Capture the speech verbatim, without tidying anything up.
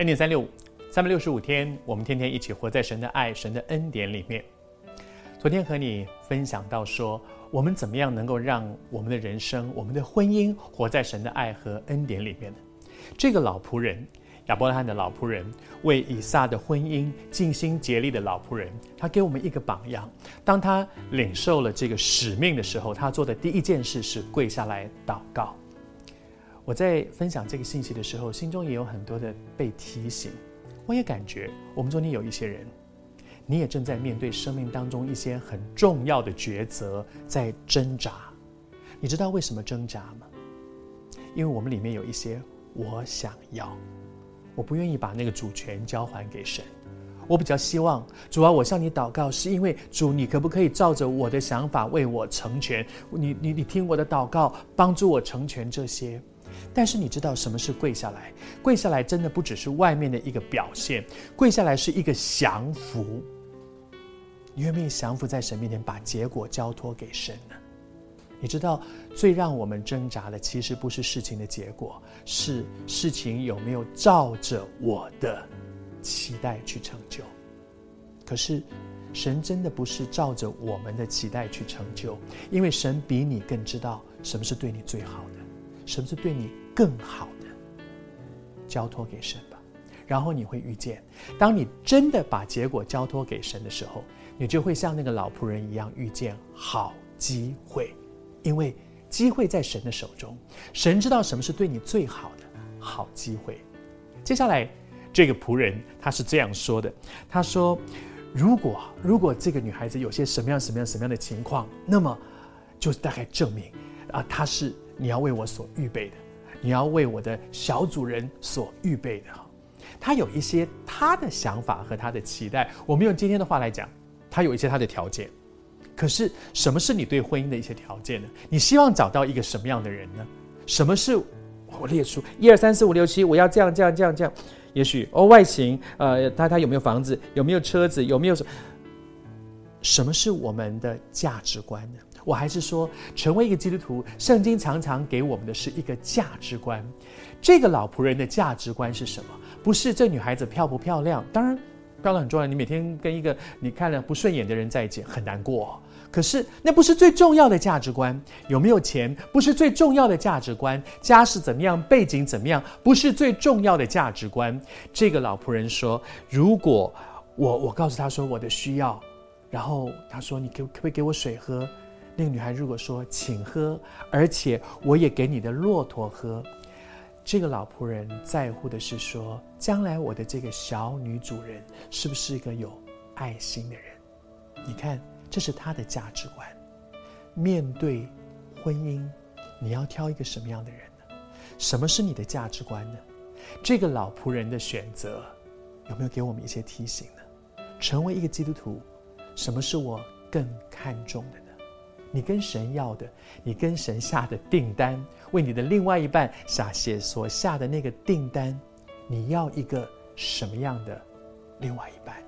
恩典三六五，三百六十五天，我们天天一起活在神的爱、神的恩典里面。昨天和你分享到说，我们怎么样能够让我们的人生、我们的婚姻活在神的爱和恩典里面呢？这个老仆人，亚伯拉罕的老仆人，为以撒的婚姻尽心竭力的老仆人，他给我们一个榜样。当他领受了这个使命的时候，他做的第一件事是跪下来祷告。我在分享这个信息的时候，心中也有很多的被提醒。我也感觉我们中间有一些人，你也正在面对生命当中一些很重要的抉择，在挣扎。你知道为什么挣扎吗？因为我们里面有一些我想要，我不愿意把那个主权交还给神。我比较希望主啊，我向你祷告，是因为主，你可不可以照着我的想法为我成全？你你你听我的祷告，帮助我成全这些。但是你知道什么是跪下来？跪下来真的不只是外面的一个表现，跪下来是一个降服。你愿不愿意降服在神面前，把结果交托给神呢？你知道最让我们挣扎的其实不是事情的结果，是事情有没有照着我的期待去成就。可是神真的不是照着我们的期待去成就，因为神比你更知道什么是对你最好的，什么是对你更好的。交托给神吧，然后你会遇见，当你真的把结果交托给神的时候，你就会像那个老仆人一样遇见好机会。因为机会在神的手中，神知道什么是对你最好的好机会。接下来这个仆人他是这样说的，他说如果如果这个女孩子有些什么样什么样什么样的情况，那么就是大概证明啊，她是你要为我所预备的，你要为我的小主人所预备的。他有一些他的想法和他的期待，我们用今天的话来讲，他有一些他的条件。可是什么是你对婚姻的一些条件呢？你希望找到一个什么样的人呢？什么是我列出一二三四五六七，我要这样这样这样这样。也许哦，外形，呃，他他有没有房子，有没有车子，有没有什么？什么是我们的价值观呢？我还是说，成为一个基督徒，圣经常常给我们的是一个价值观。这个老仆人的价值观是什么？不是这女孩子漂不漂亮，当然漂亮很重要。你每天跟一个你看了不顺眼的人在一起，很难过哦。可是那不是最重要的价值观。有没有钱不是最重要的价值观，家世怎么样，背景怎么样不是最重要的价值观。这个老仆人说，如果我我告诉他说我的需要，然后他说你可不可以给我水喝？那个女孩如果说请喝，而且我也给你的骆驼喝。这个老仆人在乎的是说，将来我的这个小女主人是不是一个有爱心的人。你看，这是他的价值观。面对婚姻，你要挑一个什么样的人呢？什么是你的价值观呢？这个老仆人的选择有没有给我们一些提醒呢？成为一个基督徒，什么是我更看重的呢？你跟神要的，你跟神下的订单，为你的另外一半下写所下的那个订单，你要一个什么样的另外一半？